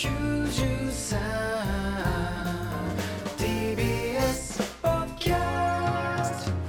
TBS ポッドキャスト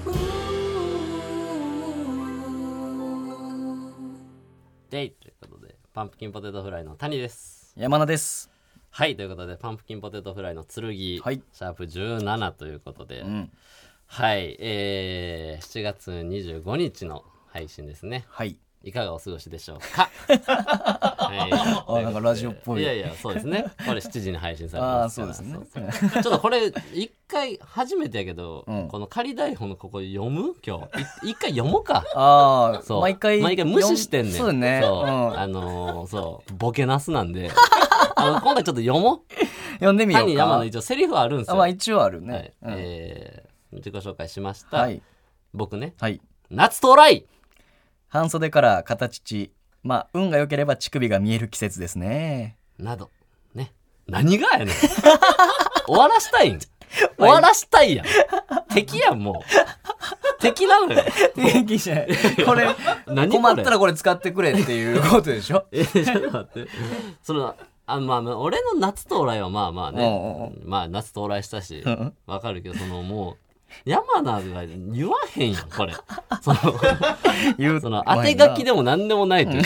デイということでパンプキンポテトフライの谷です。 山名です。 はい、ということでパンプキンポテトフライの剣、はい、シャープ17ということで、はい、7月25日の配信ですね。はい、いかがお過ごしでしょうか。 はい、なんかラジオっぽい。 いやいや、そうですね。これ7時に配信されますから。 そうですね。 ちょっとこれ一回初めてやけど、この仮台本のここ読む今日一回読もうか。そう毎回無視してんねん。 そうね。 そうボケなすなんで今回ちょっと読もう。 読んでみようか。 谷山の一応セリフあるんですよ。 まあ一応あるね。 自己紹介しました。僕ね。夏到来。 半袖から肩乳、まあ運が良ければ乳首が見える季節ですね。 などね。何がやねん。終わらしたいん。終わらしたいやん。敵やんもう。敵なのよ。 敵じゃない。これ困ったらこれ使ってくれっていうことでしょ。 ちょっと待って。まあ俺の夏到来はまあまあね。まあ夏到来したしわかるけどもう。山名が言わへんやんこれ。その当て書きでも何でもないというか。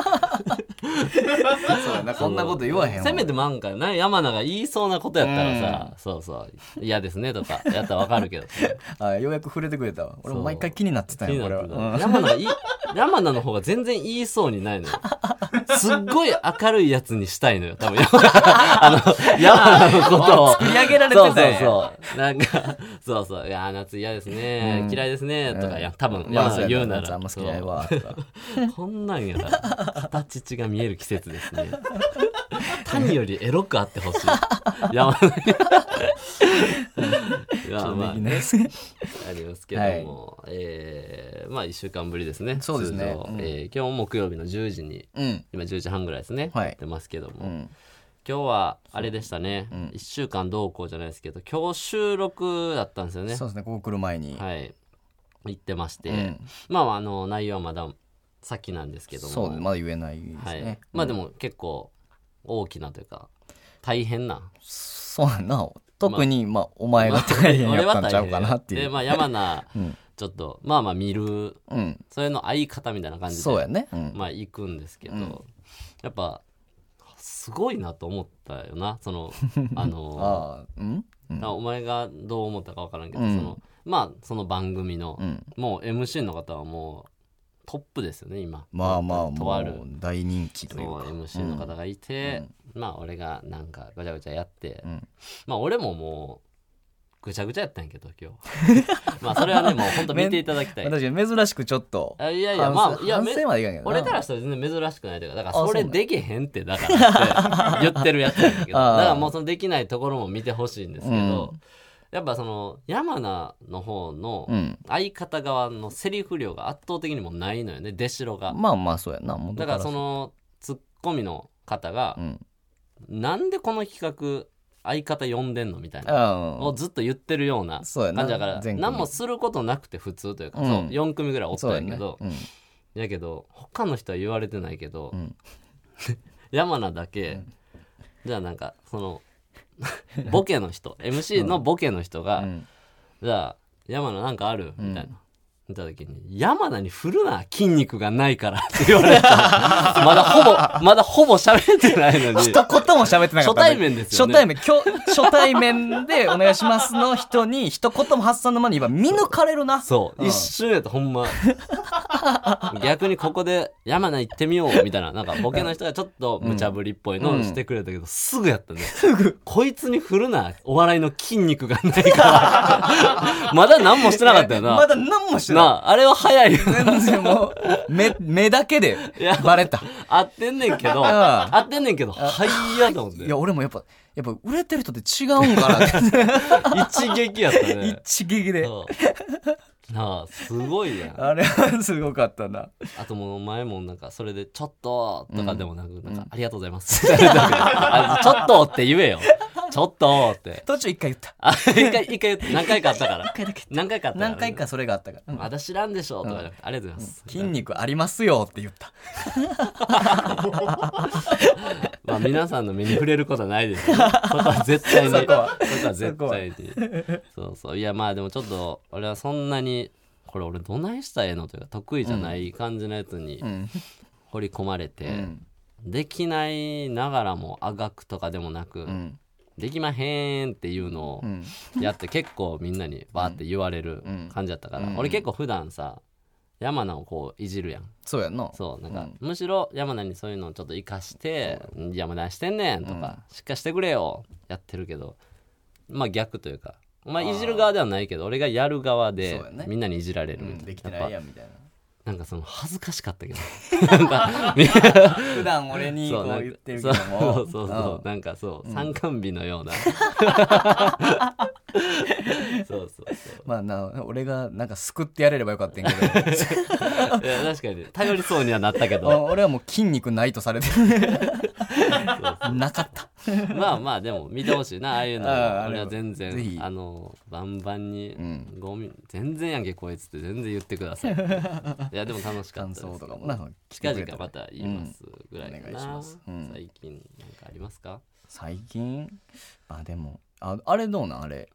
そうやな、こんなこと言わへんわ。 せめてなんかな山名が言いそうなことやったらさ、そう嫌ですねとかやったらわかるけどようやく触れてくれたわ。俺も毎回気になってたんやこれは。 山名の方が全然言いそうにないのよ。すっごい明るいやつにしたいのよ多分。山名のことを作り上げられてたんや。 そうなんかそういや夏嫌ですね、嫌いですねとか多分山名が言うなら、 あんま好きないわとかこんなんやら片乳が見える季節ですね。谷よりエロくあってほしい。山名にまあねありますけども、まあ1週間ぶりですね。 そうですね。 今日木曜日の10時に、今10時半ぐらいですね、出ますけども、今日はあれでしたね、1週間どうこうじゃないですけど今日収録だったんですよね。 そうですね、ここ来る前に行ってまして、まあ内容はまだ先なんですけども、 そうまだ言えないですね。 まあでも結構大きなというか大変な、 そうやな、特にお前が大変やったんちゃうかなっていう。 で山名ちょっとまあ見る、それの相方みたいな感じでそうやね、 まあ行くんですけど、やっぱすごいなと思ったよな。お前がどう思ったか分からんけど、その番組の、もう MC の方はもうトップですよね今。 まあとある大人気というか、 そう MC の方がいて、まあ俺がなんかぐちゃぐちゃやって、まあ俺ももうぐちゃぐちゃやったんやけど今日まあそれはねもう本当見ていただきたい。 確かに珍しくちょっといやまあ反省までいかんけど俺からしたら全然珍しくないというか、だからそれできへんってだからって言ってるやつなんだけどだからもうそのできないところも見てほしいんですけど、やっぱその山名の方の相方側のセリフ量が圧倒的にもないのよね、出しろが。 まあそうやな。 だからそのツッコミの方が、なんでこの企画相方呼んでんのみたいなをずっと言ってるような感じだから、何もすることなくて普通というか、そう4組ぐらいおったんやけど、やけど他の人は言われてないけど、山名だけ、じゃあなんかそのボケの人MC のボケの人が、じゃあ山名なんかあるみたいな見た時に、山名に振るな筋肉がないからって言われたまだほぼ喋ってないのに一言も喋ってなかった。 初対面ですよね。 初対面でお願いしますの人に一言も発散の間に今見抜かれるな。 一瞬やとほんま逆にここで山名行ってみようみたいな、なんかボケの人がちょっと無茶ぶりっぽいのをしてくれたけど、すぐやったね。こいつに振るなお笑いの筋肉がないからまだ何もしてなかったよな。 まだ何もしてない。 あれは早いよ。 全然もう目だけでバレた。 合ってんねんけど早いと思って。 いや俺もやっぱ売れてる人って違うんかなって一撃やったね。 一撃で。 すごいやん。 あれはすごかったな。 あともう前もなんかそれでちょっととかでもなく、なんかありがとうございますちょっとって言えよ。ちょっとって途中一回言った。 一回言った。何回かあったから何回かそれがあったから、 まだ知らんでしょとかじゃなくて、ありがとうございます、 筋肉ありますよって言ったまあ皆さんの目に触れることはないですよそこは絶対にそこは絶対にそうそういやまあでもちょっと俺はそんなにこれ俺どないしたらええのというか得意じゃない感じのやつに掘り込まれて、できないながらもあがくとかでもなく、できまへんっていうのをやって結構みんなにバーって言われる感じだったから、俺結構普段さ山名をこういじるやん。 そうやんな。 そうなんか、むしろ山名にそういうのをちょっと生かして「山名してんねん」とか、しっかりしてくれよやってるけど、まあ逆というかお前いじる側ではないけど俺がやる側でみんなにいじられるみたいな、 できてないやんみたいな。 なんかその恥ずかしかったけど普段俺にこう言ってるけどもそうなんかそう参観日のようなそうまあな俺がなんか救ってやれればよかったんやけどいや確かに頼りそうにはなったけど俺はもう筋肉ないとされてるなかったまあまあでも見てほしいなああいうの俺は全然バンバンに、ゴミ全然やんけこいつって全然言ってくださいいやでも楽しかったです。感想とかもな近々また言いますぐらいかな、お願いします。最近なんかありますか？ 最近あでもあれどうなんあれ、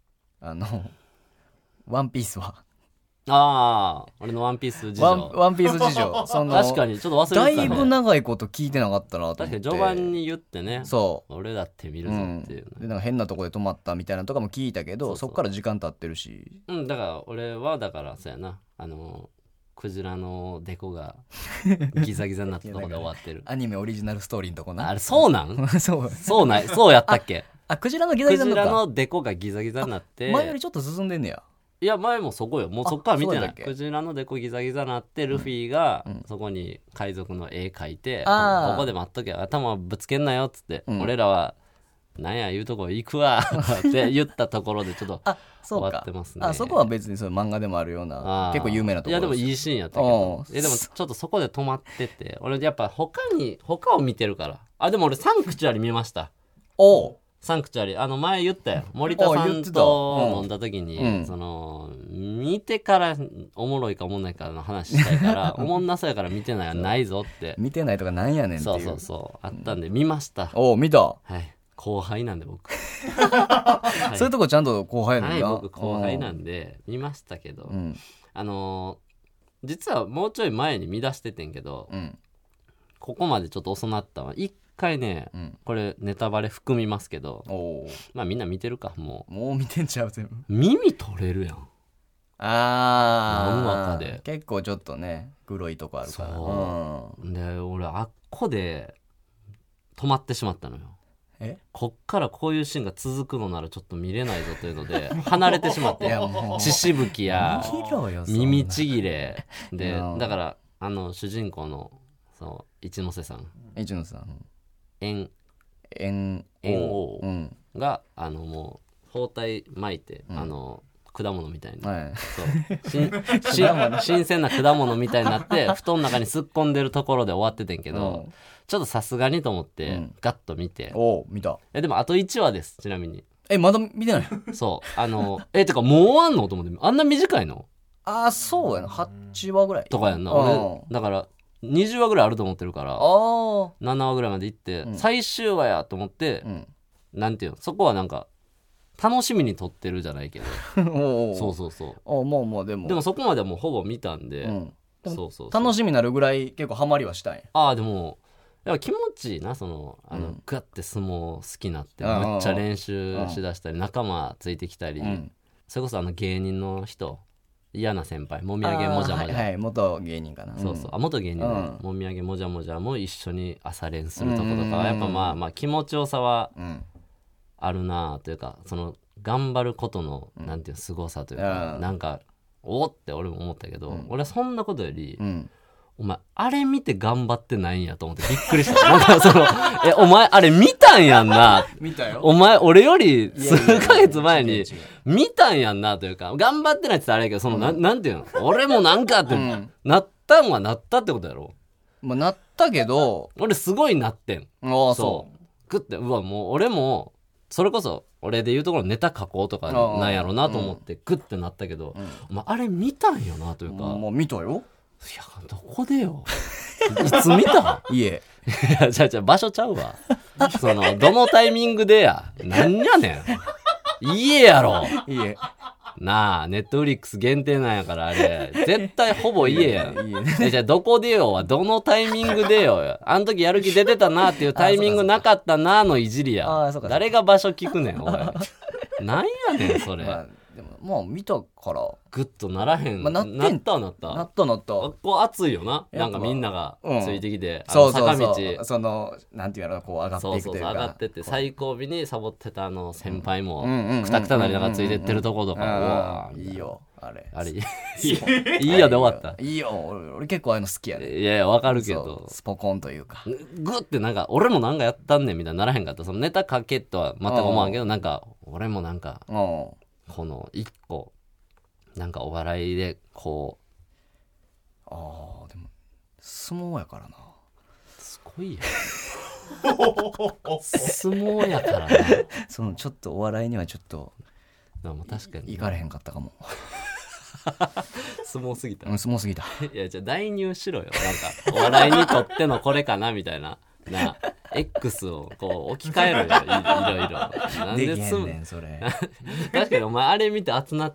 ワンピースは俺のワンピース事情ワンピース事情確かにちょっと忘れてたね。 だいぶ長いこと聞いてなかったなと思って。 確かに序盤に言ってね、 そう俺だって見るぞっていう、 でなんか変なとこで止まったみたいなのとかも聞いたけど、そっから時間経ってるし、 だから俺はだからそうやなクジラのデコがギザギザになったとこで終わってるアニメオリジナルストーリーのとこな。 あれそうなんそうやったっけ？ クジラのギザギザクジラのデコがギザギザになって前よりちょっと進んでんねや。 いや前もそこよ、もうそっから見てない。クジラのデコギザギザなってルフィがそこに海賊の絵描いて、ここで待っとけ頭ぶつけんなよっつって、俺らはなんや言うとこ行くわって言ったところでちょっと終わってますね。 そこは別にそういう漫画でもあるような結構有名なところ。 いやでもいいシーンやったけど、でもちょっとそこで止まってて、俺やっぱ他を見てるから。でも俺サンクチュアリ見ました。サンクチュアリ前言ったよ、森田さんと飲んだ時に、見てからおもろいかおもんないかの話したいからおもんなさやから見てないはないぞって見てないとかなんやねんっていう。 そうあったんで見ました。 見た。 はい後輩なんで僕そういうとこちゃんと後輩なんだ。 僕後輩なんで見ましたけど、実はもうちょい前に見出しててんけど、ここまでちょっと遅なったわ。一回ね、これネタバレ含みますけど、まあみんな見てるか。もう見てんちゃう。全部耳取れるやん。何話かで結構ちょっとね黒いとこあるから。 で俺あっこで止まってしまったのよ。こっからこういうシーンが続くのならちょっと見れないぞというので離れてしまって血しぶきや耳ちぎれで、だから主人公の一ノ瀬さん猿王がもう包帯巻いて、果物みたいに、新鮮な果物みたいになって布団の中に突っ込んでるところで終わっててんけど、ちょっとさすがにと思ってガッと見て、 見た。 でもあと1話です。ちなみにまだ見てない。 そうてかもう終わんのと思って。あんな短いの？ そうやな、8話ぐらいとかやんな。俺だから20話ぐらいあると思ってるから7話ぐらいまで行って、最終話やと思って、なんていうの、そこはなんか楽しみに撮ってるじゃないけどそうまあでもそこまではもうほぼ見たんで、 楽しみになるぐらい結構ハマりはしたんや。 でもやっぱ気持ちいいな。グッて相撲好きになってめっちゃ練習しだしたり、仲間ついてきたり、それこそ芸人の人、嫌な先輩もみあげもじゃもじゃ、 元芸人かな。 元芸人のもみあげもじゃもじゃも一緒に朝練するとことかはやっぱまあ気持ちよさはあるなというか、頑張ることのなんていう凄さというか、なんかおって俺も思ったけど、俺はそんなことより、お前あれ見て頑張ってないんやと思ってびっくりした。なんかお前あれ見たんやんな。 見たよ。 お前俺より数ヶ月前に見たんやんなというか、頑張ってないって言ったらあれやけど、なんていうの、俺もなんかってなったんはなったってことやろ。 なったけど俺すごいなってん。 そうグッてもう俺もそれこそ俺で言うところネタ書こうとかなんやろなと思ってグッてなったけど、お前あれ見たんよなというか。 見たよ。 やどこでよいつ見た家いやじゃあ場所ちゃうわそのどのタイミングでやなんやねん家やろ家なあネットフリックス限定なんやからあれ絶対ほぼ家やんじゃあどこでよはどのタイミングでよあの時やる気出てたなっていうタイミングなかったなのいじりや誰が場所聞くねんおいなんやねんそれ、 まあ、でもまあ見たからグッとならへん、 まあ、なったここ暑いよななんかみんながついてきて、 そう坂道そのなんていうのこう上がっていくというかそう上がってって最後尾にサボってた先輩もくたくたなりながらついてってるとことかいいよあれいいよで終わったいいよ俺結構ああいうの好きやねいやわかるけどスポコンというかグってなんか俺もなんかやったんねんみたいにならへんかったそのネタかけとは全く思わんけどなんか俺もなんかこの一個なんかお笑いでこうでも相撲やからなすごいや相撲やからなそのちょっとお笑いにはちょっと確かに行かれへんかったかも相撲すぎた相撲すぎたいやじゃあ代入しろよなんかお笑いにとってのこれかなみたいなX をこう置き換えるよいろいろなんできへんねんそれ確かにお前あれ見て熱なって、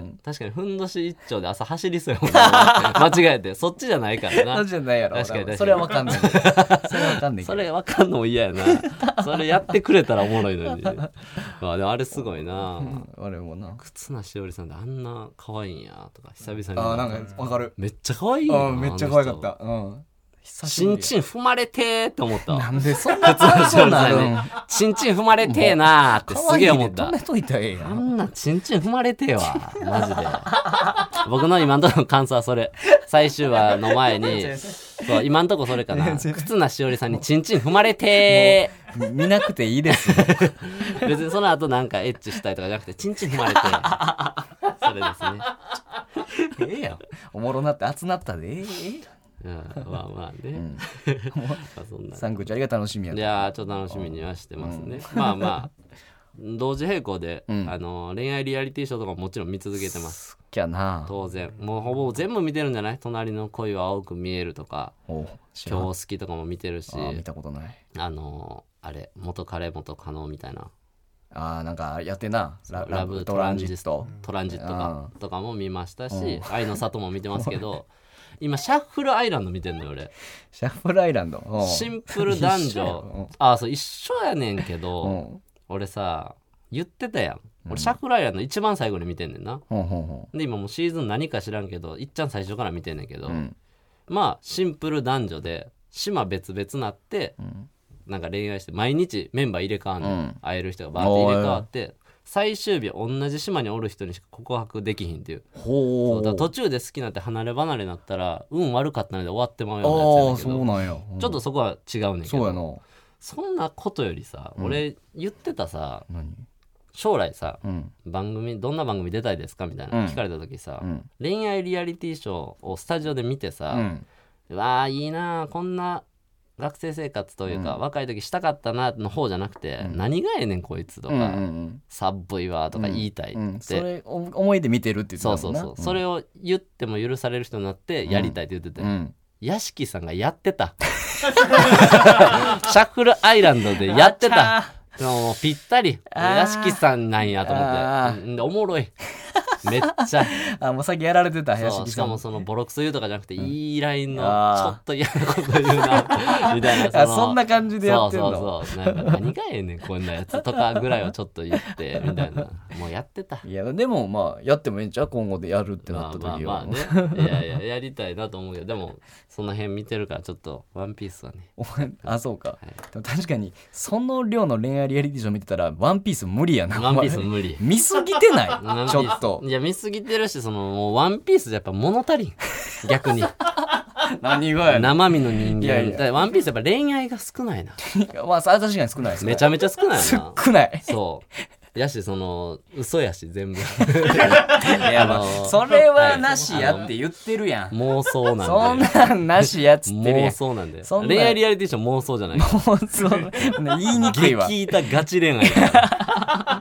確かにふんどし一丁で朝走りそうやもん間違えてそっちじゃないからなそっちじゃないやろ確かにそれは分かんないそれは分かんないそれ分かんのも嫌やなそれやってくれたらおもろいのにまあでもあれすごいな、 あれもな忽那しおりさんであんな可愛いんやとか久々になんか分かるめっちゃ可愛いよめっちゃ可愛かったチンチン踏まれてーって思ったなんでそんなそうなるチンチン踏まれてーなーってすげえ思った止めといたらええやんあんなチンチン踏まれてーわマジで僕の今のところの感想はそれ最終話の前にそう今のところそれかな忽那しおりさんにチンチン踏まれてー見なくていいです別にその後なんかエッチしたいとかじゃなくてチンチン踏まれてそれですねええやんおもろなって熱なったでまあまあね、そんなサンクチありが楽しみやいやちょっと楽しみにはしてますね、まあまあ同時並行で、恋愛リアリティショーとかももちろん見続けてますきゃな当然もうほぼ全部見てるんじゃない隣の恋は青く見えるとか今日好きとかも見てるし見たことないあれ元彼元カノみたいななんかやってなラブトランジットとかも見ましたし愛の里も見てますけど今シャッフルアイランド見てんのよ俺シャッフルアイランドシンプル男女そう一緒やねんけど俺さ言ってたやん俺シャッフルアイランド一番最後に見てんねんなで今もうシーズン何か知らんけどいっちゃん最初から見てんねんけどまあシンプル男女で島別々なってなんか恋愛して毎日メンバー入れ替わんの会える人がバーって入れ替わって最終日同じ島におる人にしか告白できひんっていうそうだ途中で好きになって離れ離れになったら運悪かったので終わってまうようなやつやねんけどそうなんや、 ちょっとそこは違うねんけどそうやなそんなことよりさ、俺言ってたさ将来さ、番組どんな番組出たいですかみたいな聞かれた時さ、恋愛リアリティショーをスタジオで見てさ、うわーいいなこんな学生生活というか、若い時したかったなの方じゃなくて、何がええねんこいつとか、寒いわとか言いたいって、 それ思いで見てるって言ってたもんな。 そう、それを言っても許される人になってやりたいって言ってて、屋敷さんがやってたシャッフルアイランドでやってたもうぴったり屋敷さんなんやと思っておもろいめっちゃもうさっきやられてた屋敷さんしかもそのボロクソ言うとかじゃなくて、いいラインのちょっと嫌なこと言うなみたいなそんな感じでやってんのそうなんか何がええねんこんなやつとかぐらいはちょっと言ってみたいなもうやってたいやでもまあやってもいいんちゃう今後でやるってなった時はまあねいややりたいなと思うけどでもその辺見てるからちょっとワンピースはねそうか、でも確かにその量の恋愛リアリティショー見てたらワンピース無理やなワンピース無理見すぎてないちょっといや見すぎてるしそのもうワンピースじゃやっぱ物足りん逆に何がや生身の人間ワンピースやっぱ恋愛が少ないなまあ確かに少ないですめちゃめちゃ少ないな少ないそうやしその嘘やし全部いやそれはなしやって言ってるやん妄想なんでそんなんなしやっつってるやん妄想なんで恋愛リアリティショー妄想じゃない妄想言いにくいわ激痛ガチ恋愛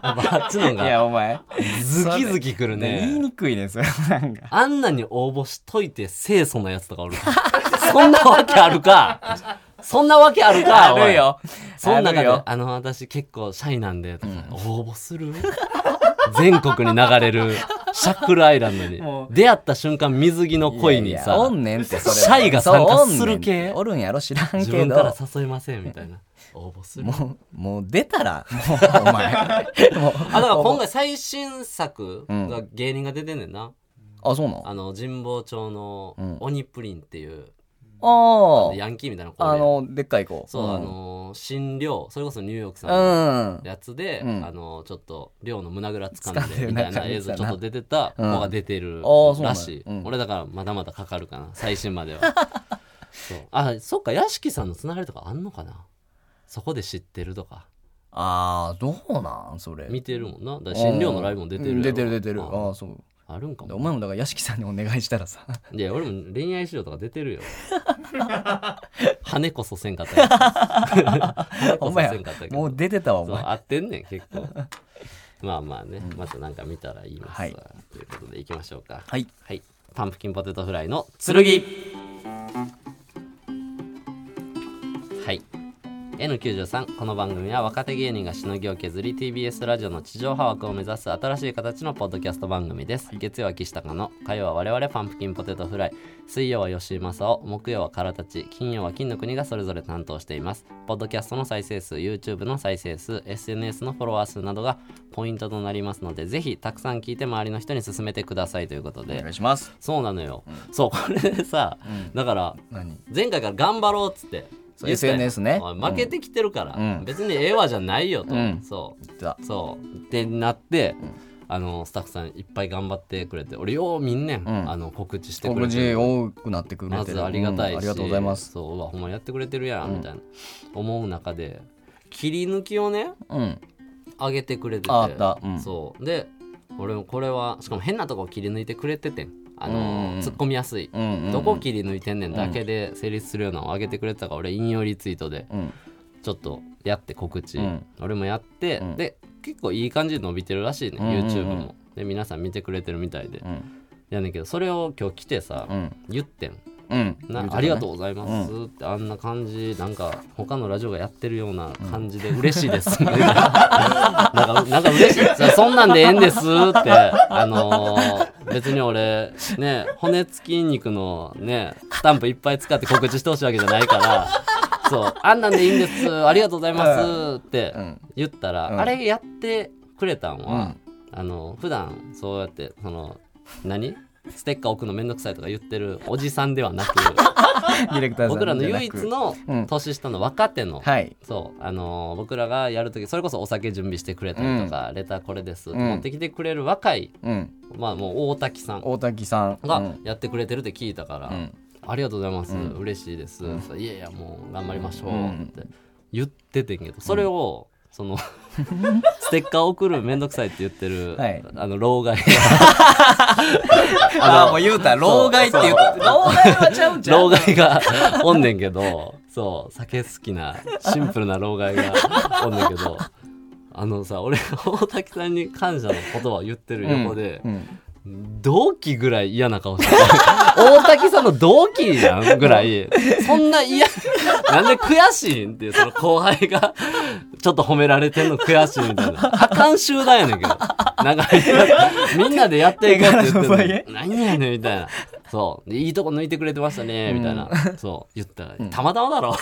あっちのいやがお前ズキズキくるね。 言いにくいねそれなんかあんなに応募しといて清楚なやつとかおるそんなわけあるかそんなわけあるかあるよそん中であるよ私結構シャイなんでとか、応募する全国に流れるシャックルアイランドにもう出会った瞬間水着の恋にさ、 いやいやおんねんってそれシャイが参加する系そうおんねんおるんやろ知らんけど自分から誘いませんみたいな応募するもう出たらもうお前もうだから今回最新作が芸人が出てんねんな、 あそうなの神保町の鬼プリンっていう、 あヤンキーみたいな子ででっかい子そう、新寮それこそニューヨークさんのやつで、 うんちょっと寮の胸ぐら掴んで掴んでみたいな映像ちょっと出てた子が出てるうんらしい、 あーそうなんや俺だからまだまだかかるかな最新まではそうそっか屋敷さんのつながりとかあんのかな、そこで知ってるとかあーどうなんそれ見てるもんな、だから新寮のライブも出てるやろ、 出てるああそうあるんかもお前もだから屋敷さんにお願いしたらさいや俺も恋愛資料とか出てるよ羽こそせんかったやつ羽こそせんかったけどもう出てたわおそう前合ってんねん結構まあまあね、またなんか見たら言いますわ、 はいということでいきましょうかはいパンプキンポテトフライの剣はい N93 この番組は若手芸人がしのぎを削り TBS ラジオの地上波枠を目指す新しい形のポッドキャスト番組です、月曜は岸高野、火曜は我々パンプキンポテトフライ、水曜は吉井正夫、木曜はからたち、金曜は金の国がそれぞれ担当しています。ポッドキャストの再生数、 YouTube の再生数、 SNS のフォロワー数などがポイントとなりますので、ぜひたくさん聞いて周りの人に勧めてくださいということおで、 願いしますそうなのよ、そうこれでさ、だから何前回から頑張ろうっつってそう言ったやん SNS ねおい負けてきてるから、 うん別にええわじゃないよと、そうだってなって、スタッフさんいっぱい頑張ってくれて、俺よう見んねん、告知してくれ告知てる多くなってくれてるまずありがたいし、 ありがとうございますそううわほんまやってくれてるやん、みたいな思う中で切り抜きをね上げてくれてて、 あったそうで俺もこれはしかも変なとこ切り抜いてくれててん突っ込みやすい、どこ切り抜いてんねんだけで成立するようなのを上げてくれてたから俺引用リツイートでちょっとやって告知、俺もやって、で結構いい感じで伸びてるらしいね、YouTube もで皆さん見てくれてるみたいで、やねんけどそれを今日来てさ、言ってんありがとうございますって、あんな感じなんか他のラジオがやってるような感じで嬉しいですなんか嬉しいそんなんでええんですって別に俺ね骨付き肉のねスタンプいっぱい使って告知してほしいわけじゃないからそうあんなんでいいんですありがとうございますって言ったら、あれやってくれたんは、普段そうやってステッカー置くのめんどくさいとか言ってるおじさんではなくディレクターさん僕らの唯一の年下の若手の、そう僕らがやるときそれこそお酒準備してくれたりとか、レターこれです、持ってきてくれる若い、まあもう大滝さんがやってくれてるって聞いたから、ありがとうございます、嬉しいです、いやいやもう頑張りましょうって言っててんけど、それをそのステッカー送るめんどくさいって言ってる、老害もう言うた老害って言って老害はちゃうんちゃう老害がおんねんけどそう酒好きなシンプルな老害がおんねんけどさ俺が大滝さんに感謝の言葉を言ってる横で、同期ぐらい嫌な顔して大滝さんの同期やんぐらいそんな嫌なんで悔しいんっていうその後輩がちょっと褒められてんの悔しいみたいなあかん集団やねんけどなんかみんなでやっていこうって言ってるの何やねんみたいなそういいとこ抜いてくれてましたねみたいな、そう言ったら、たまたまだろ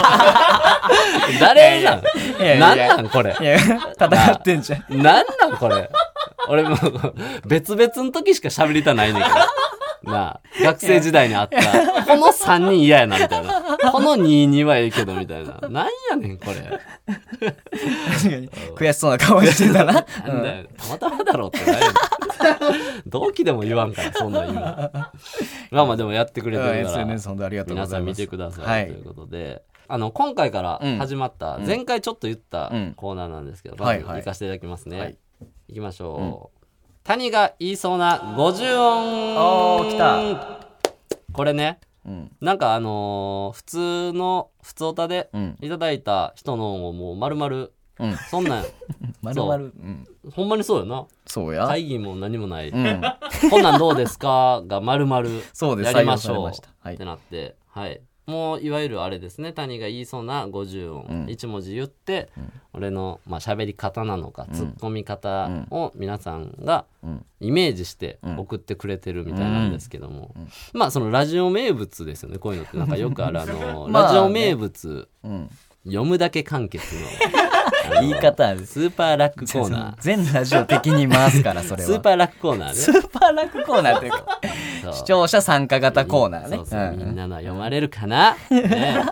誰なんなんなんこれ戦ってんじゃんなんなんこれ俺も別々の時しか喋りたないねんけどなあ学生時代にあったこの3人嫌やなみたいなこの2はええけどみたいななんやねんこれ確かに悔しそうな顔してたななんだよたまたまだろって何やねん同期でも言わんからそんなん今まあまあでもやってくれてるから SNS 本当ありがとうございます皆さん見てください、ということで今回から始まった、前回ちょっと言ったコーナーなんですけど、まず行かせていただきますね、いきましょう、谷が言いそうな50音来たこれね、なんか普通オタでいただいた人のをもう丸々 そんなん丸々 ほんまにそうよな。 そうや会議も何もない、こんなんどうですかが丸々やりましょうってなって、はい、もういわゆるあれですね、谷が言いそうな50音、1文字言って、俺の喋り方なのかツッコみ方を皆さんがイメージして送ってくれてるみたいなんですけども、そのラジオ名物ですよね、こういうのってなんかよくあるラジオ名物、読むだけ完結の言い方スーパーラックコーナー、 全ラジオ的に回すからそれはスーパーラックコーナーね、 スーパーラックコーナーっていうか視聴者参加型コーナーね。 そうみんなの読まれるかな、ね、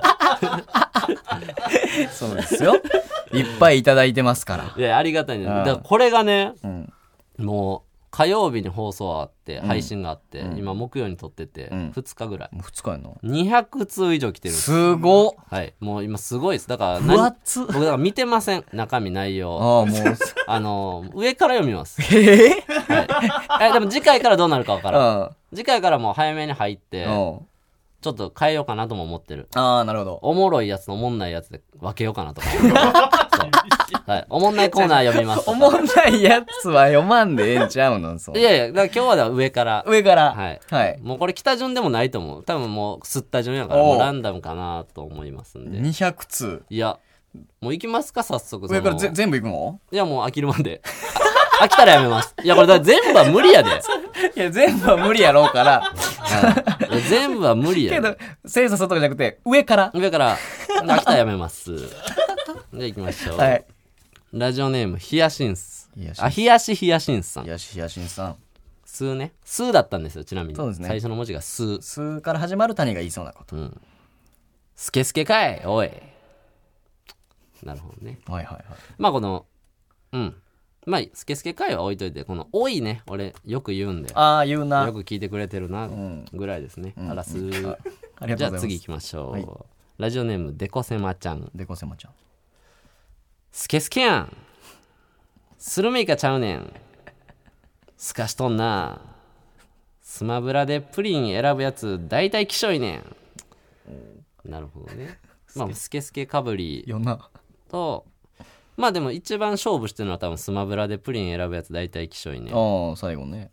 そうですよ、いっぱいいただいてますから。 いやありがたいね、だからこれがね、もう火曜日に放送あって配信があって、今木曜に撮ってて2日ぐらい、 もう2日やな、 200通以上来てるんです。 すごっ、 はい、もう今すごいです。だから分厚っ、 僕だから見てません、中身内容。 もう上から読みます。はい、でも次回からどうなるか分からん。次回からもう早めに入ってちょっと変えようかなとも思ってる。 なるほど。 おもろいやつとおもんないやつで分けようかなとかはい、おもんないコーナー読みますとか。 おもんないやつは読まんでええんちゃうの。そう、 いやいや、だから今日は上からはい、もうこれ北順でもないと思う。多分もう吸った順やからもうランダムかなと思いますんで。 200通。 いやもう行きますか、早速。 上から全部行くの？ いやもう飽きるまで飽きたらやめます。いやこれだ全部は無理やで。 いや全部は無理やろうから、 いや全部は無理やけど精査するとかじゃなくて上から飽きたらやめます。じゃあ行きましょう、はい、ラジオネームヒヤシンス。ヒヤシンスさん。 ヒヤシンスさん。 スーね、スーだったんですよ。ちなみにそうですね、 最初の文字がスー。 スーから始まる谷が言いそうなこと、 スケスケかいおい。なるほどね。 はいはいはい。 このスケスケ会は置いといて、この「おい」ね、俺よく言うんで、 言うな、 よく聞いてくれてるなぐらいですね。あらす。 じゃあ次行きましょう、はい、ラジオネームデコセマちゃん。スケスケやん、スルメイカちゃうねん、すかしとんな、スマブラでプリン選ぶやつ大体きしょいねん。なるほどね。スケスケかぶりと、でも一番勝負してるのは多分スマブラでプリン選ぶやつ大体きしょいね。 最後ね。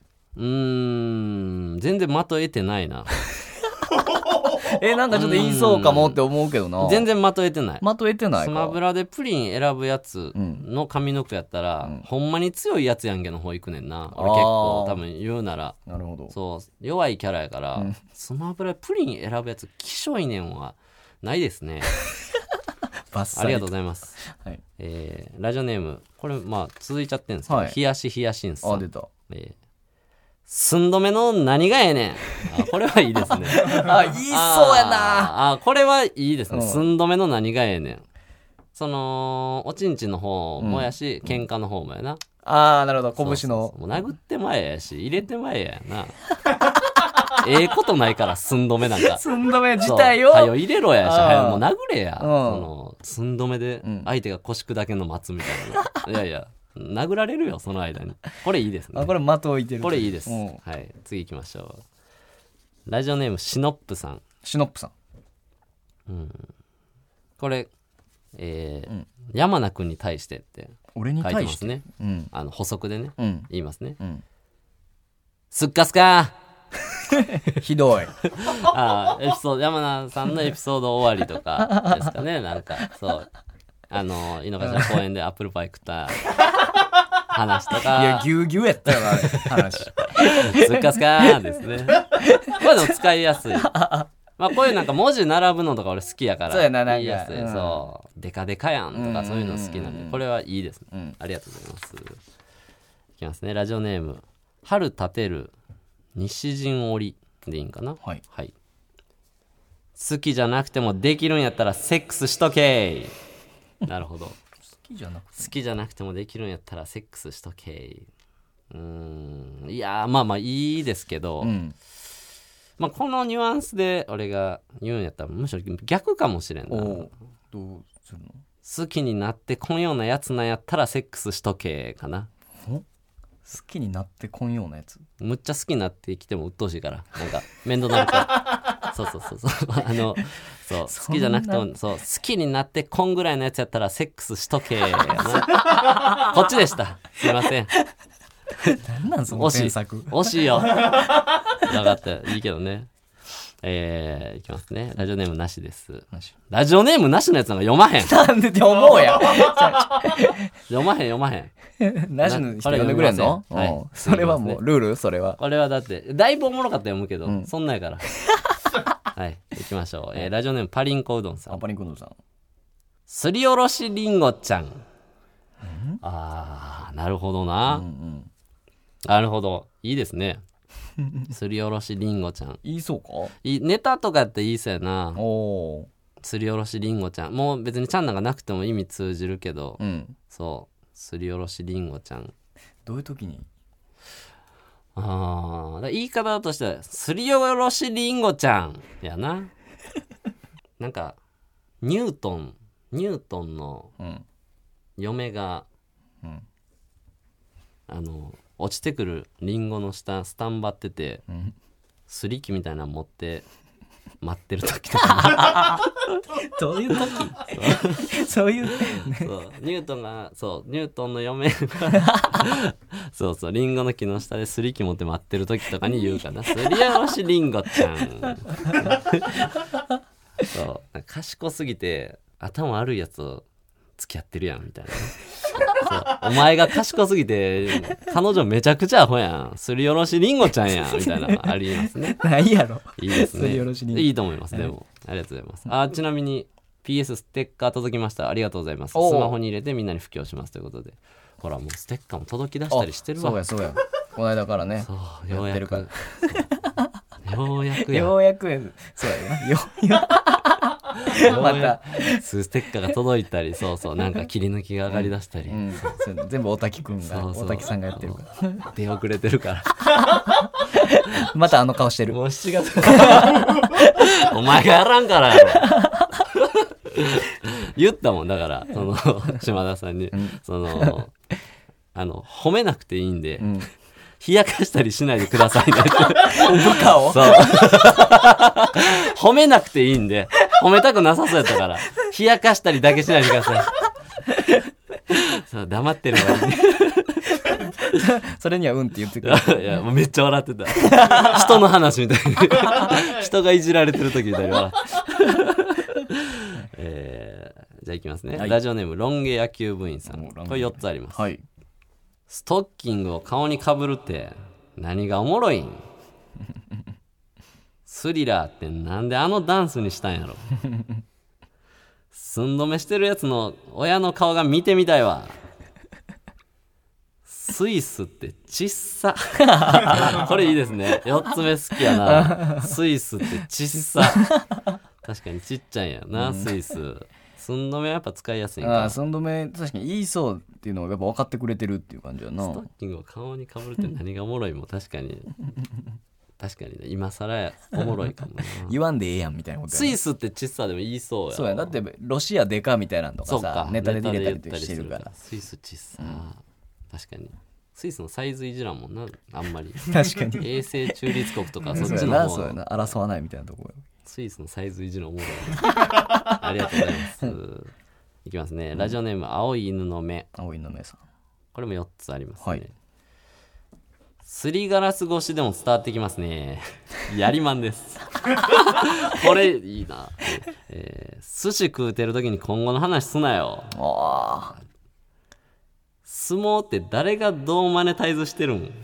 全然的得てないな。 なんかちょっと言いそうかもって思うけどな。 全然的得てない。 か。 スマブラでプリン選ぶやつの上の句やったら、ほんまに強いやつやんけの方行くねんな。俺結構多分言うなら。 なるほど。 そう弱いキャラやから、スマブラでプリン選ぶやつきしょいねんはないですね。ありがとうございます、はい。ラジオネームこれ続いちゃってるんですけど、ヒヤシンさん。 出た。 寸止めの何がええねん。これはいいですね。 言いそうやな。 これはいいですね。寸止めの何がええねん。そのおちんちんの方もやし、喧嘩の方もやな。 なるほど。拳のもう殴ってまえやし入れてまえやな。ことないから寸止めなんか。 寸止め自体をはよ入れろやし、はよもう殴れや。寸止めで相手が腰砕けの待つみたいな。いやいや殴られるよその間に。これいいですね。 これ的置いてる。 これいいです。はい、次行きましょう。ラジオネームシノップさん。これ山名君に対してって書いてますね。補足でね、言いますね。すっかすかひどい。 エピソード、山名さんのエピソード終わりとかですかね。なんかそう井の頭公園でアップルパイ食った話とか。 いやぎゅうぎゅうやったよな話。 すっかすかですね。これでも使いやすい。こういうなんか文字並ぶのとか俺好きやから。 そうやな、 言いやすい。そうデカデカやんとかそういうの好きなんで、これはいいですね。ありがとうございます。いきますね。ラジオネーム春立てる西陣織でいいんかな。はい、好きじゃなくてもできるんやったらセックスしとけー。なるほど。好きじゃなくてもできるんやったらセックスしとけー。いやいいですけど、このニュアンスで俺が言うんやったらむしろ逆かもしれんな。どうするの？好きになってこんようなやつなんやったらセックスしとけーかな。 好きになってこんようなやつ、 むっちゃ好きになってきても鬱陶しいからなんか面倒なるからそう好きじゃなくてもそう好きになってこんぐらいのやつやったらセックスしとけやなこっちでした。すいません。 何なんその検索。 惜しいよ。分かったいいけどね。いきますね。ラジオネームなしです。ラジオネームなしのやつなんか読まへん。 なんでって思うや読まへん。 なしの人読んでくれんの？はい。それはもうルール？それは。 これはだってだいぶおもろかったら読むけど、そんなんやから。はい行きましょう。ラジオネームパリンコうどんさん。 パリンコうどんさん。 すりおろしりんごちゃん。あーなるほどな。なるほどいいですね。すりおろしりんごちゃん言いそうか？ ネタとかって言いそうやな。 おすりおろしりんごちゃんもう別にちゃんなんかなくても意味通じるけど、そうすりおろしりんごちゃんどういう時に？ 言い方としてはすりおろしりんごちゃんやな。なんかニュートンの嫁が、落ちてくるリンゴの下スタンバってて、すり器みたいなの持って待ってる時とかどういう時？そういうそうニュートンの嫁がそうリンゴの木の下ですり器持って待ってる時とかに言うかな。すりおろしりんごちゃん。そう賢すぎて頭悪いやつと付き合ってるやんみたいな。そうお前が賢すぎて彼女めちゃくちゃアホやんすりおろしりんごちゃんやんみたいなのありますね。 ないやろ。 いいですね。 すりおろしりんごいいと思います。でもありがとうございます。ちなみに PS ステッカー届きました。ありがとうございます。スマホに入れてみんなに布教しますということで、ほらもうステッカーも届き出したりしてるわ。 そうやこの間からね。 そうようやくやそうやなまたステッカーが届いたりなんか切り抜きが上がりだしたり、 全部大滝くんが大滝さんがやってるから出遅れてるからまた顔してる。 もう7月お前がやらんからやろ言ったもんだから島田さんに、褒めなくていいんで、冷やかしたりしないでくださいねって部下をそう褒めなくていいんで、褒めたくなさそうやったから冷やかしたりだけしないでください。そう黙ってるわいいそれにはって言ってくる。 いやもうめっちゃ笑ってた。人の話みたいに人がいじられてる時みたいに笑ってじゃあいきますね、ラジオネームロン毛野球部員さん。これ4つあります、ストッキングを顔にかぶるって何がおもろいん？スリラーってなんでダンスにしたんやろ？寸止めしてるやつの親の顔が見てみたいわ。スイスってちっさ。これいいですね。4つ目好きやな。スイスってちっさ。確かにちっちゃいんやな、スイス。寸止めはやっぱ使いやすいんか。 寸止め確かに言いそうっていうのをやっぱ分かってくれてるっていう感じやな。 ストッキングを顔にかぶるって何がおもろいも確かにね、今更おもろいかもな。 言わんでええやんみたいなことや、 スイスってちっさでも言いそうや。 そうや、だってロシアでかみたいなのとかさ、ネタで入れたりしてるから。 スイスちっさ、確かにスイスのサイズいじらんもんな、あんまり。 確かに衛星中立国とかそっちの方そうやな、争わないみたいなところ。 スイスのサイズいじるおもろい。ありがとうございます。いきますね、ラジオネーム青い犬の目。 青い犬の目さん。 これも4つありますね、すりガラス越しでも伝わってきますね。やりまんです。これいいな。寿司食うてる時に今後の話すなよ。相撲って誰がどうマネタイズしてるん？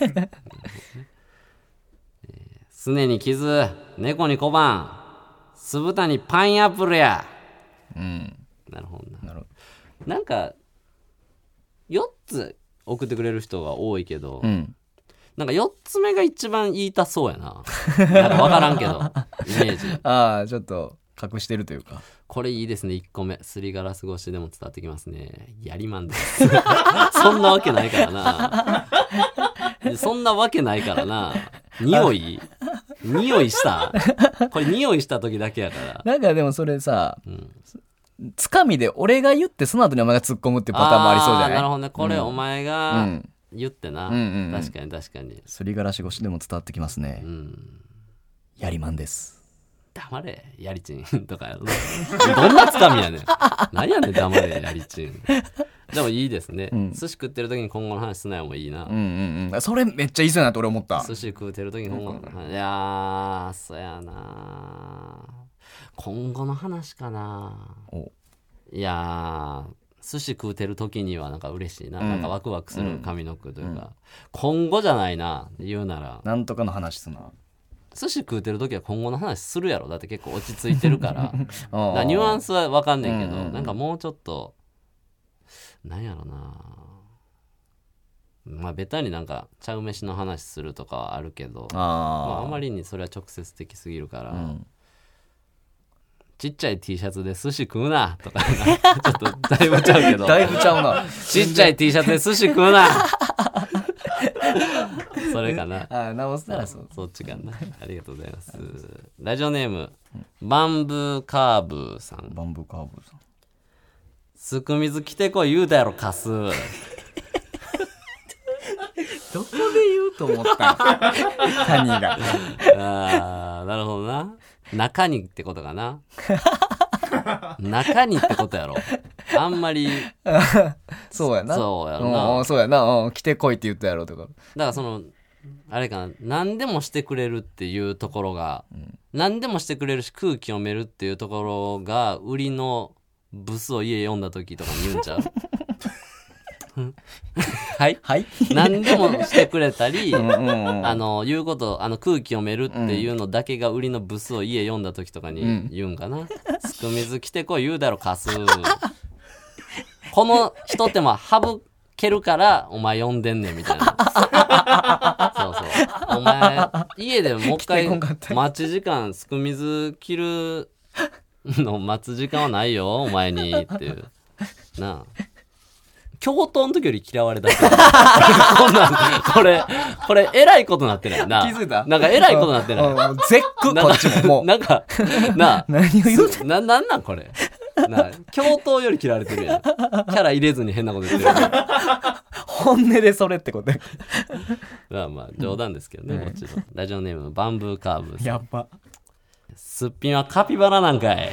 すねに傷、猫に小判、酢豚にパイナップルや。なるほどな。なんか4つ送ってくれる人が多いけど、なんか4つ目が一番言いたそうやな。なんか分からんけどイメージ。 ちょっと隠してるというか。 これいいですね。1個目、すりガラス越しでも伝わってきますね。やりまんです。そんなわけないからな。そんなわけないからな。匂いしたこれ匂いした時だけやから。 なんかでもそれさ、つかみで俺が言ってその後にお前が突っ込むってパターンもありそうじゃない？ なるほどね。これお前が言ってな、確かに。 すりガラス越しでも伝わってきますね。やりまんです。 黙れやりちんとかどんなつかみやねん何やねん黙れやりちんでもいいですね、寿司食ってる時に今後の話すなよもいいな、 それめっちゃいいそうやなって俺思った。 寿司食ってる時に今後の話、いやーそうやな今後の話かな。いや寿司食うてる時にはなんか嬉しいな、なんかワクワクする上の句というか、今後じゃないな言うならなんとかの話すな。 寿司食うてる時は今後の話するやろ、だって結構落ち着いてるからだからニュアンスは分かんねんけど、なんかもうちょっとなんやろな、まあベタになんか茶梅飯の話するとかはあるけど、あまりにそれは直接的すぎるから、ちっちゃい T シャツで寿司食うなとかちょっとだいぶちゃうけどだいぶちゃうなちっちゃい T シャツで寿司食うなそれかな。 直すならそっちかな。ありがとうございます。ラジオネームバンブーカーブさん。 バンブーカーブさん。 すくみず来てこい言うたやろカスどこで言うと思ったん谷がなるほどな。中にってことかな中にってことやろあんまりそうやな。 そうやろな。 そうやな。来てこいって言ったやろとか。だからそのあれかな、何でもしてくれるっていうところが、何でもしてくれるし空気読めるっていうところが売りのブスを家読んだ時とかに言うんちゃうはいはい何でもしてくれたり言うこと空気読めるっていうのだけが売りのブスを家読んだ時とかに言うんかな、すくみず来てこい言うだろカスこの一手間省けるからお前呼んでんねんみたいなそうそうお前家でもう一回待ち時間すくみず切るの待つ時間はないよお前にっていうなあ教頭の時より嫌われたこんなんこれえらいことなってないな。 気づいた？ なんかえらいことなってない。 絶句こっちももうなんかなあ何を言うてなんなんこれなあ教頭より嫌われてるやん。キャラ入れずに変なこと言ってる本音でそれってことまあまあ冗談ですけどね、もちろん。ラジオネームバンブーカーブさん。 やっばすっぴんはカピバラなんかい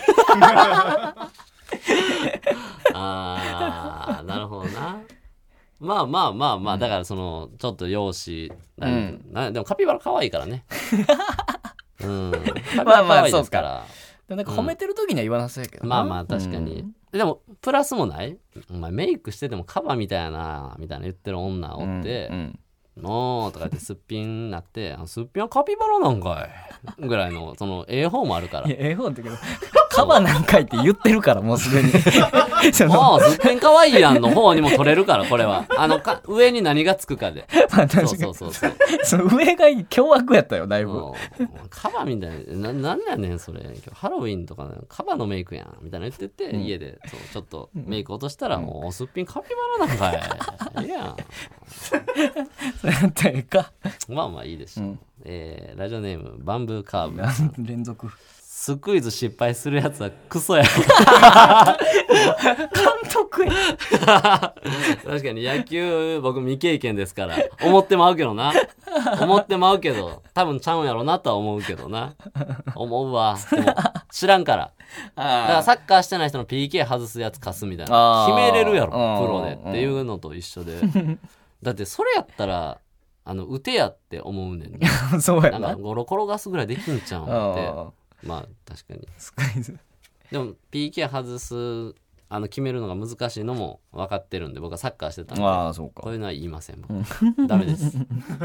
なるほどな。まあ、だからそのちょっと容姿でもカピバラ可愛いからねカピバラ可愛いですから、 なんか褒めてる時には言わなそうやけどまあ確かに、でもプラスもない。お前メイクしててもカバみたいなみたいな言ってる女おって、のとか言ってすっぴんになってすっぴんはカピバラなんかいぐらいのその方もあるから。 いや方ってけどカバなんかいって言ってるからもうすでにすっぴんかわいいやんの方にも取れるからこれは上に何がつくかでそう上が凶悪やったよだいぶカバみたいなんやねんそれ今日ハロウィンとかカバのメイクやんみたいな言ってて、家でちょっとメイク落としたらもうすっぴんカピバラなんかいいやんそうやったらええかまあいいでしょう、ラジオネームバンブーカーブ連続スクイズ失敗するやつはクソや監督や確かに野球僕未経験ですから思ってまうけど多分ちゃうんやろなとは思うけどな思うわ。でも知らんからだからサッカーしてない人の PK 外すやつ貸すみたいな決めれるやろプロでっていうのと一緒でだってそれやったら打てやって思うねんねそうやななんかゴロ転がすぐらいできんちゃうんってまあ確かにスクイズでも PK 外す決めるのが難しいのも分かってるんで僕はサッカーしてたんでそうかこういうのは言いません、ダメです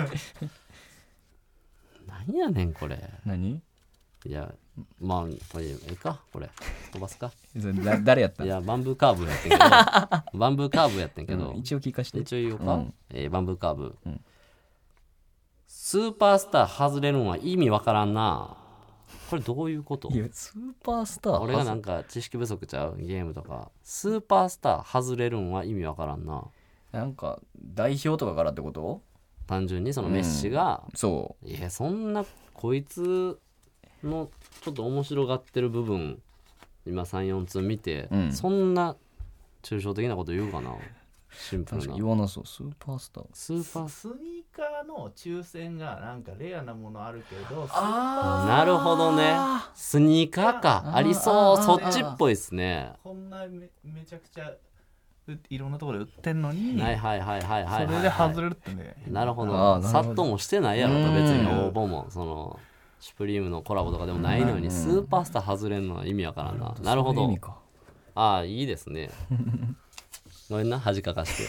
何やねんこれ何いやまあこれいいかこれ飛ばすか誰やったいやバンブーカーブやってんけど一応聞かして一応言おうか、バンブーカーブ、スーパースター外れるんは意味わからんな。これどういうこと？ いやスーパースター俺がなんか知識不足ちゃうゲームとかスーパースター外れるんは意味わからんな。 なんか代表とかからってこと？ 単純にそのメッシが、 そういやそんなこいつのちょっと面白がってる部分今 3,4 通見て、そんな抽象的なこと言うかな。シンプルな言わなそう。スーパースタースニーカーの抽選がなんかレアなものあるけど、 なるほどね。スニーカーかありそう。そっちっぽいですね。 こんな めちゃくちゃいろんなところで売ってんのに、 はいはいはいはいはい、 それで外れるってね。 なるほど。サットもしてないやろと、別に応募もそのシュプリームのコラボとかでもないのに、スーパースター外れんのは意味わからんな。なるほど。ああ、いいですね。ごめんな、恥かかして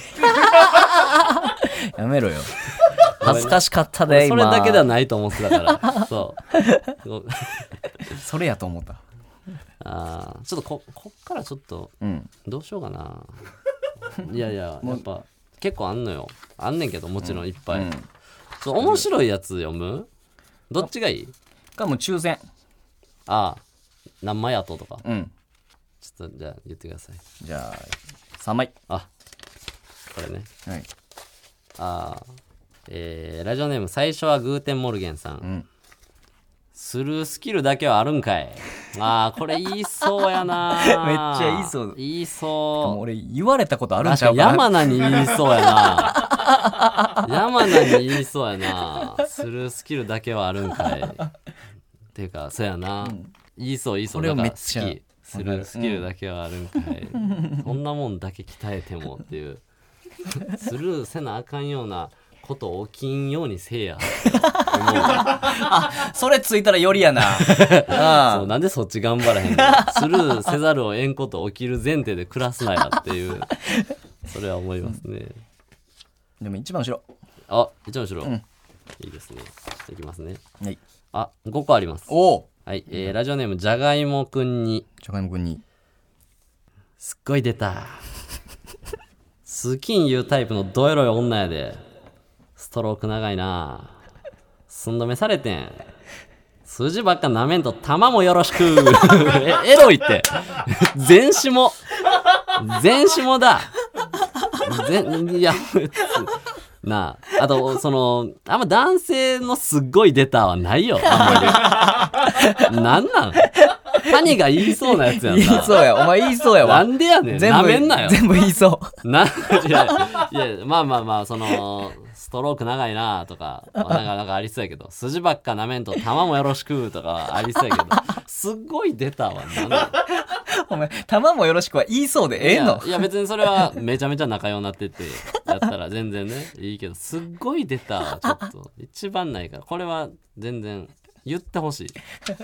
やめろよ。恥ずかしかったで今。それだけではないと思ってたからそうそれやと思った。 ああ、ちょっとこっからちょっと、どうしようかな。いやいや、やっぱ結構あんのよ。あんねんけど、もちろんいっぱい、面白いやつ読む？どっちがいいかも抽選。 ああ、何枚やとか。 うん。 ちょっとじゃあ言ってください。 じゃあ3枚。 あ、これね。 はい。 ああ、ラジオネーム最初はグーテンモルゲンさん。スルースキルだけはあるんかい。ああ、これ言いそうやな。 めっちゃ言いそう。 言いそう。 俺言われたことあるんちゃうかな。 山名に言いそうやな。山名に言いそうやな。スルースキルだけはあるんかい。っていうか、そうやな。言いそう。 それをめっちゃ好き。スルースキルだけはあるんかい。そんなもんだけ鍛えてもっていう。スルーせなあかんようなこと起きんようにせえや。 あ、それついたらよりやな。 そう、なんでそっち頑張らへんの。スルーせざるをえんこと起きる前提で暮らすなやっていう、それは思いますね。 でも一番後ろ。 あ、一番後ろ、いいですね。いきますね。 はい。 あ、5個あります。 お、 はい、ラジオネームじゃがいもくんに。 じゃがいもくんに。 すっごい出た。好きん言うタイプのどエロい女やで。ストローク長いな。寸止めされてん。数字ばっかなめんと玉もよろしく。エロいって。全下だ。いや、なあ、あと、あんま男性のすっごい出たはないよ。あんまり。なんなん谷が言いそうなやつやんな。 言いそうや。お前言いそうやわ。 なんでやねん。なめんなよ。 全部言いそう。 いや、まあ、ストローク長いなとか、なんかありそうやけど、筋ばっかなめんと玉もよろしくとかありそうやけど、すっごい出たわ。なんだお前、玉もよろしくは言いそうでええの？ いや別にそれはめちゃめちゃ仲良くなってて、やったら全然ね、いいけど、すっごい出たわ。ちょっと、一番ないから。これは全然言ってほしい。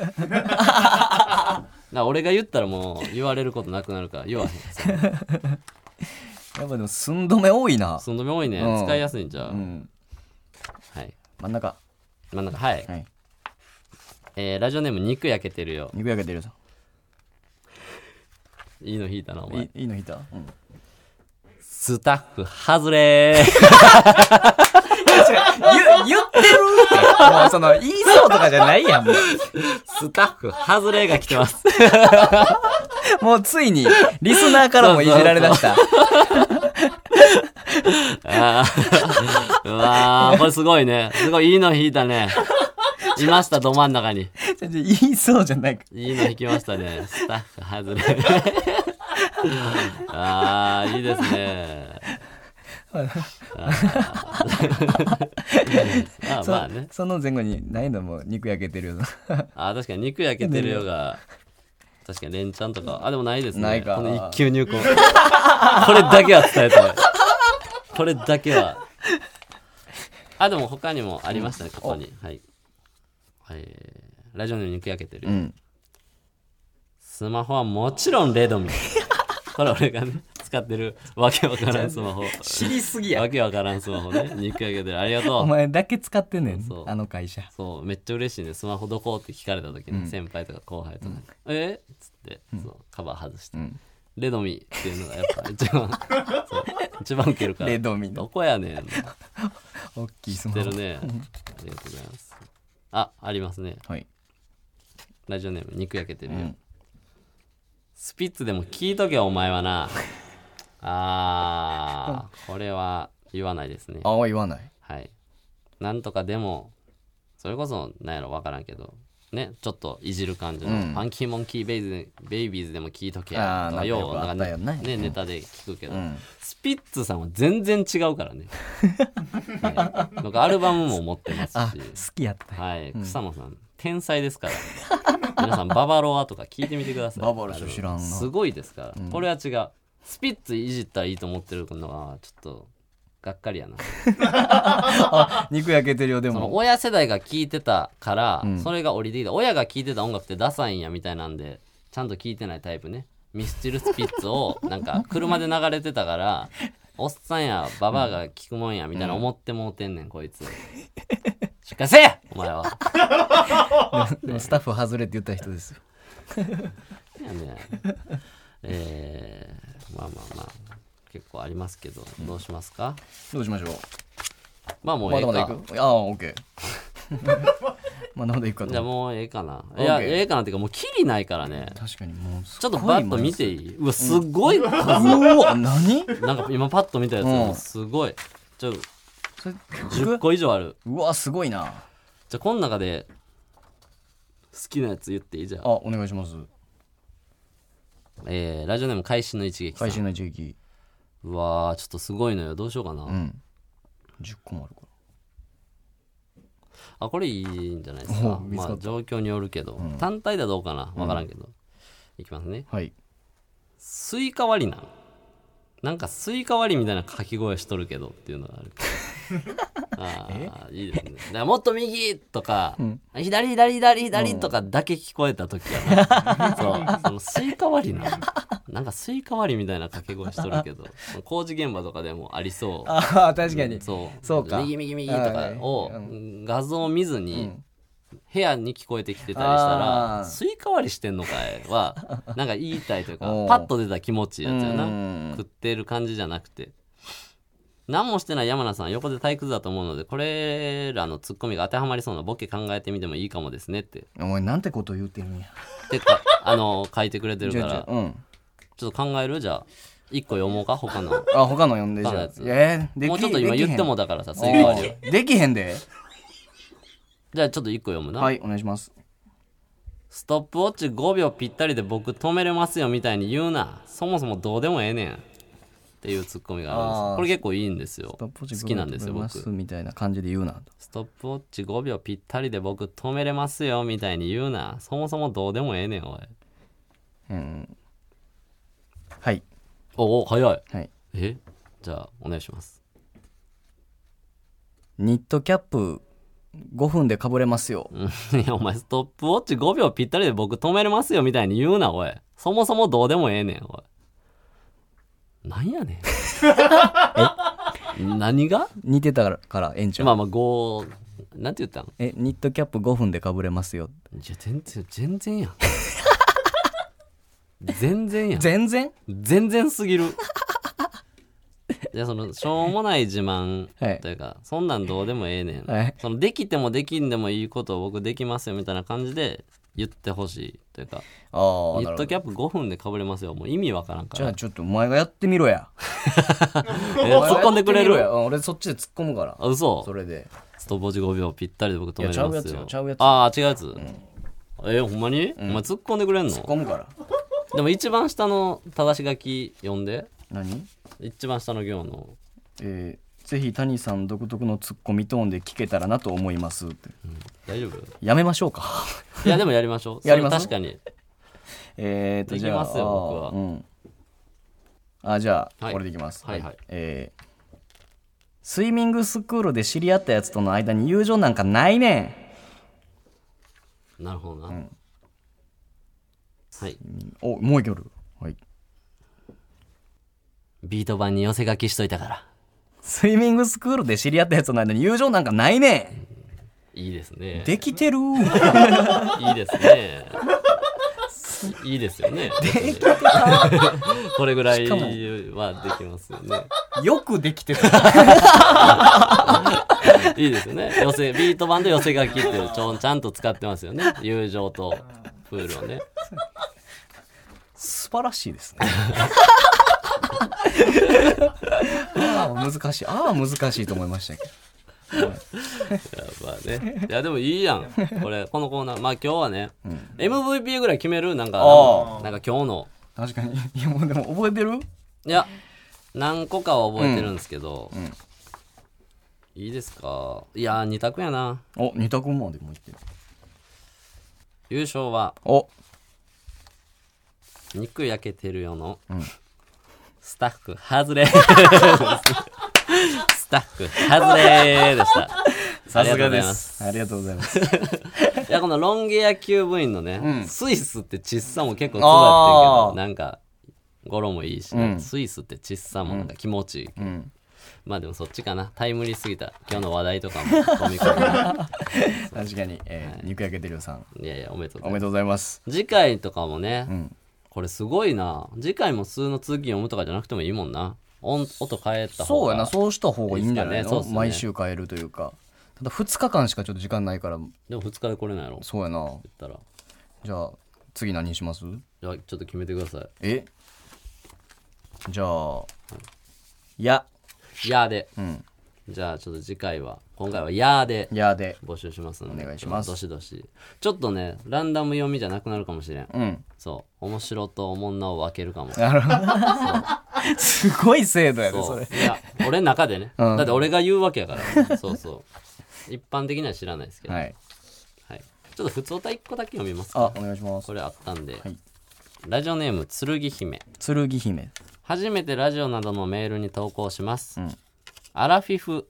俺が言ったらもう言われることなくなるから言わへん。 やっぱでも寸止め多いな。 寸止め多いね。使いやすいんじゃう。はい。 真ん中、 はい。ラジオネーム肉焼けてるよ。 肉焼けてるぞ。 いいの引いたなお前。 いいの引いた。 スタッフ外れー。 言ってるって。もう言いそうとかじゃないやん。もうスタッフ外れが来てます。 もうついにリスナーからもいじられだした。 うわー、これすごいね。すごいいいの引いたね。いました、ど真ん中に。 言いそうじゃないか。 いいの引きましたね。スタッフ外れ。あー、いいですね。まあね。 その前後にないのも肉焼けてるよ。 確かに肉焼けてるよが、確かに連チャンとか、でもないですね。 ないか。 この一級入魂。これだけは伝えたい。これだけは。でも他にもありましたね、ここに。はい。ラジオの肉焼けてる。スマホはもちろんレドミ。これ俺がね、使ってるわけわからんスマホ。 知りすぎや。 わけわからんスマホね。肉焼けてる。ありがとう。 お前だけ使ってんねん。 そうあの会社。 そう、めっちゃ嬉しいね。スマホどこって聞かれた時に、先輩とか後輩とかに、っつって、カバー外して。レドミっていうのがやっぱ一番ウケるから。 レドミどこやねん。 大きいスマホ。 知ってるね。ありがとうございます。ありますね。 はい。 ラジオネーム肉焼けてるよ。スピッツでも聞いとけお前はな。これは言わないですね。 言わない。 はい。なんとかでも、それこそなんやろ分からんけど、 ねちょっといじる感じの、ファンキーモンキーベイビーズでも聞いとけやとかようなんかねネタで聞くけど、スピッツさんは全然違うからねなんかアルバムも持ってますし好きやった、 はい、草野さん天才ですから皆さんババロアとか聞いてみてください。 ババロア知らんな、 すごいですから、これは違う。スピッツいじったらいいと思ってるのはちょっとがっかりやな肉焼けてるよ。でもその親世代が聞いてたから、それが降りてきた。親が聞いてた音楽ってダサいんやみたいなんでちゃんと聞いてないタイプね。ミスチルスピッツをなんか車で流れてたからおっさんやババアが聞くもんやみたいな思ってもうてんねんこいつ。しっかりせえお前はでもスタッフ外れって言った人ですよいやねまあ結構ありますけど、どうしますか。 どうしましょう。 まあもうええか。 まだ行く。ああオッケーまだ行くかと。 じゃあもうええかな。いやええかなっていうかもうキリないからね。 確かにもうちょっとバッと見ていい。うわすごい数、 うわ何なんか今パッと見たやつもすごい10個以上ある。 うわすごいな。 じゃあこの中で好きなやつ言っていい。じゃあお願いします。 ラジオネーム会心の一撃さん。 会心の一撃。 うわちょっとすごいのよ。どうしようかな。 10個もあるから。 これいいんじゃないですか。まあ状況によるけど、単体だどうかな分からんけど、いきますね。 はい。 スイカ割りなんかスイカ割りみたいな掛け声しとるけどっていうのがあるいいですね。だからもっと右とか、左とかだけ聞こえた時はそのスイカ割りなんかスイカ割りみたいな掛け声しとるけど工事現場とかでもありそう。 確かにそうか右とかを画像を見ずに部屋に聞こえてきてたりしたらスイカ割りしてんのかいはなんか言いたいというかパッと出た気持ちいいやつよな。食ってる感じじゃなくて。何もしてない山名さん横で退屈だと思うのでこれらのツッコミが当てはまりそうなボケ考えてみてもいいかもですねってお前なんてこと言ってるんやって書いてくれてるからちょっと考える。じゃあ1個読もうか他の他の読んでじゃあもうちょっと今言ってもだからさスイカ割りできへんで。 じゃあちょっと1個読むな。 はいお願いします。 ストップウォッチ5秒ぴったりで僕止めれますよみたいに言うな。そもそもどうでもええねんっていうツッコミがあるんです。これ結構いいんですよ。好きなんですよ僕。 みたいな感じで言うな。 ストップウォッチ5秒ぴったりで僕止めれますよみたいに言うな。そもそもどうでもええねんおい。 はい。 お早い。 はい。 じゃあお願いします。 ニットキャップ5分でかぶれますよ。 いやお前ストップウォッチ5秒ぴったりで僕止めれますよみたいに言うなおい。そもそもどうでもええねんおい。なんやねん何が似てたからええんちゃう。 まあ5なんて言ったの。 ニットキャップ5分でかぶれますよ。 いや全然やん全然すぎるじゃあそのしょうもない自慢というか、そんなんどうでもええねん、そのできてもできんでもいいことを僕できますよみたいな感じで言ってほしいというか。ニットキャップ5分でかぶれますよ。もう意味わからんから。 じゃあちょっとお前がやってみろや突っ込んでくれる。 俺そっちで突っ込むから。 嘘。 それでストップウォッチ5秒ぴったりで僕止めれますよ。 ちゃうやつ。 違うやつ、ほんまに、お前突っ込んでくれんの。 突っ込むから。 でも一番下の正し書き読んで。 何？ 一番下の行のぜひ谷さん独特のツッコミトーンで聞けたらなと思いますって、 大丈夫？ やめましょうかいやでもやりましょう。 やります？ 確かにできますよ僕は。じゃあ、これでいきます。スイミングスクールで知り合ったやつとの間に友情なんかないねん。なるほどな、はい。 もう一個ある。はい。 ビート板に寄せ書きしといたから。 スイミングスクールで知り合ったやつの間に友情なんかないねん。いいですね。 できてるいいですね。いいですよね。 できてたこれぐらいはできますよね。 よくできてるいいですね。ビート板と寄せ書きっていうちゃんと使ってますよね。友情とプールをね。 素晴らしいですね難しいと思いましたけど、 まあね、いやでもいいやんこのコーナー。まあ今日はね、MVP ぐらい決める。なんか今日の確かに。いやもうでも覚えてる？ いや何個かは覚えてるんですけど、いいですか？いや2択やな。 2択までもいってる。 優勝は肉焼けてるよの、スタッフ外れスタッフ外れでした。 さすがです。ありがとうございます。 いやこのロン毛野球部員のね、スイスってちっさも結構ツボやってるけど、なんか語呂もいいし、スイスってちっさもなんか気持ちいい、まあでもそっちかな。タイムリーすぎた今日の話題とかも込み込み確かに、肉焼けてるよさん、 いやいやおめでとうございます。 次回とかもね、これすごいな。次回も数の通勤読むとかじゃなくてもいいもんな。音変えた方が。 そうやな、そうした方がいいんじゃないの？ そうっすね。 毎週変えるというか。ただ2日間しかちょっと時間ないから。 でも2日で来れないやろ。 そうやな。 言ったらじゃあ次何します？ じゃあちょっと決めてください。 じゃあやで、じゃあちょっと次回は今回はやーで募集しますので、 お願いします。 どしどし。ちょっとねランダム読みじゃなくなるかもしれん。そう面白とおもんなを分けるかも。 すごい制度やでそれ。 いや俺の中でね、だって俺が言うわけやからそう一般的には知らないですけど、はい、ちょっと普通歌1個だけ読みますか。 お願いします。 これあったんで、ラジオネーム剣姫。初めてラジオなどのメールに投稿します、アラフィフ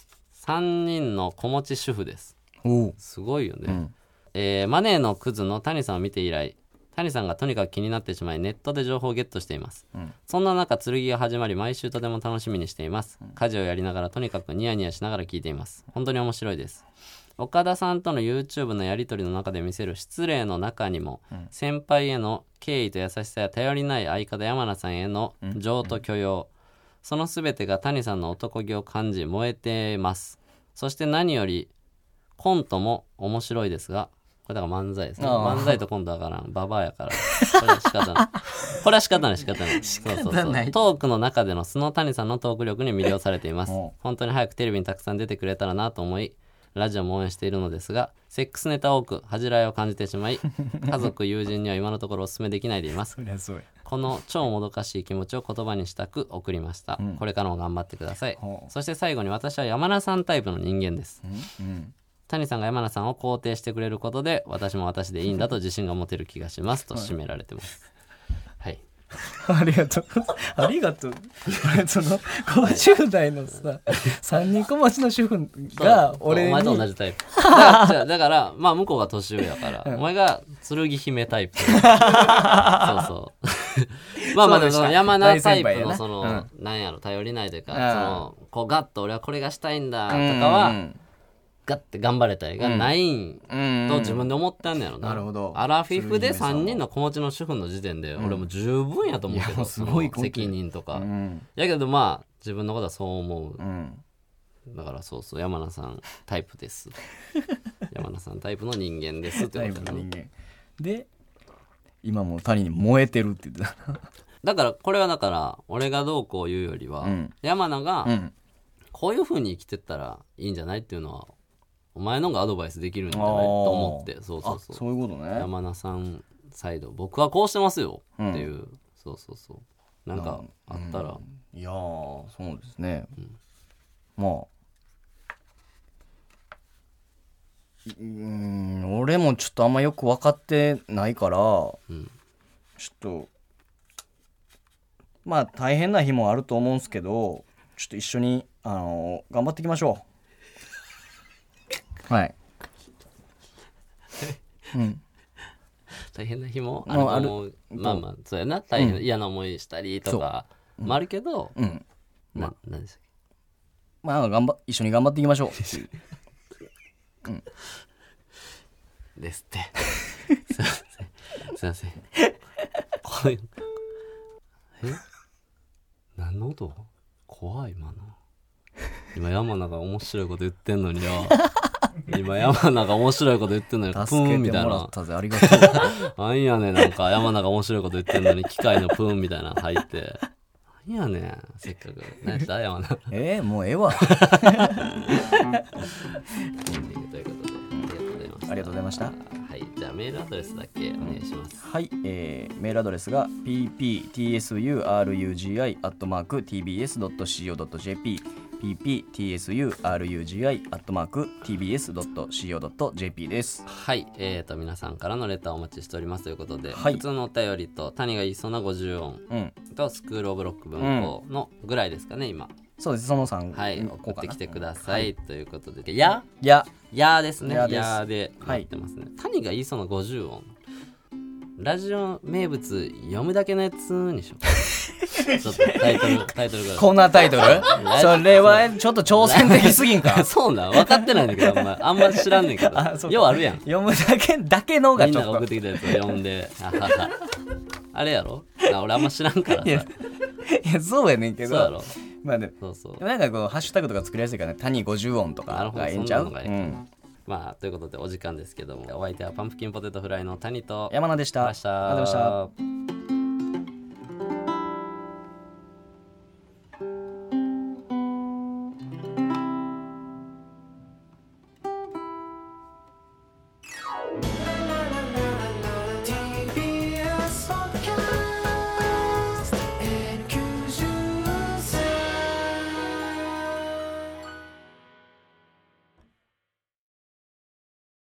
3人の子持ち主婦です。すごいよね、マネーのクズの谷さんを見て以来、谷さんがとにかく気になってしまいネットで情報をゲットしています、そんな中剣が始まり毎週とても楽しみにしています、家事をやりながらとにかくニヤニヤしながら聞いています。本当に面白いです。岡田さんとの YouTube のやり取りの中で見せる失礼の中にも、先輩への敬意と優しさや頼りない相方山名さんへの情と許容、その全てが谷さんの男気を感じ燃えてます。そして何よりコントも面白いですが、これだから漫才ですね。漫才とコントだからババアやからこれは仕方ないこれは仕方ないそうトークの中での素の谷さんのトーク力に魅了されています。本当に早くテレビにたくさん出てくれたらなと思いラジオも応援しているのですが、セックスネタ多く恥じらいを感じてしまい家族友人には今のところお勧めできないでいます。この超もどかしい気持ちを言葉にしたく送りました、これからも頑張ってください。そして最後に私は山名さんタイプの人間です、谷さんが山名さんを肯定してくれることで私も私でいいんだと自信が持てる気がしますと締められてます。はいありがとうその50代のさ3人子持ちの主婦が俺にお前と同じタイプだからまあ向こうが年上やから、お前が剣姫タイプそうまあでもその山名タイプのそのなんやろ頼りないというか、そのこうガッと俺はこれがしたいんだとかはガッて頑張れたいがないんと自分で思ったんねやろな。 なるほど。 アラフィフで3人の子持ちの主婦の時点で俺も十分やと思うけど、 すごい責任とか、やけどまあ自分のことはそう思う、だからそう山名さんタイプです山名さんタイプの人間ですってことだね。 で今も谷に燃えてるって言ってただからこれはだから俺がどうこう言うよりは、山名がこういう風に生きてったらいいんじゃないっていうのはお前の方がアドバイスできるんじゃないと思って。 そういうことね。 山名さんサイド僕はこうしてますよっていう、なんかあったら、 いやそうですね、まあ俺もちょっとあんまよく分かってないから、ちょっとまあ大変な日もあると思うんですけど、ちょっと一緒に頑張っていきましょうはい、 大変な日もある。まあまあそうやな、大変な、嫌な思いしたりとかもあるけど、何でしたっけ、 まあ一緒に頑張っていきましょうですってすいませんこういう何の音怖い今山名が面白いこと言ってんのによ今山名が面白いこと言ってんのにプーンみたいな、 ありがとうなんやねん、なんか山名が面白いこと言ってんのに機械のプーンみたいなの入って、なん何やねんせっかく何やったら山名もうええわということでありがとうございました。 はい、じゃあメールアドレスだけお願いします。 はい、メールアドレスが pptsurugi@tbs.co.jp pptsurugi@tbs.co.jp です。 はい、皆さんからのレターをお待ちしておりますということで、はい、普通のお便りと谷が言いそうな50音とスクールオブロック文法のぐらいですかね今。 そうです、その3、 はい、送ってきてください、ということで、やですね。やで待ってますね。谷が言いそうな50音。ラジオ名物読むだけのやつにしよう。ちょっとタイトルぐらい。 コーナータイトルそれはちょっと挑戦的すぎんか。 そうなん分かってないんだけど、あんま知らんねんけど。ようあるやん。 読むだけのがちょっと。 みんなが送ってきたやつを読んで。あれやろ俺あんま知らんからさ。 いやそうやねんけど。 そうやろ。 まあね、そうなんかこうハッシュタグとか作りやすいからね、谷50音とかがええんちゃう。 まあということでお時間ですけども、お相手はパンプキンポテトフライの谷と山名でした。 ありがとうございました。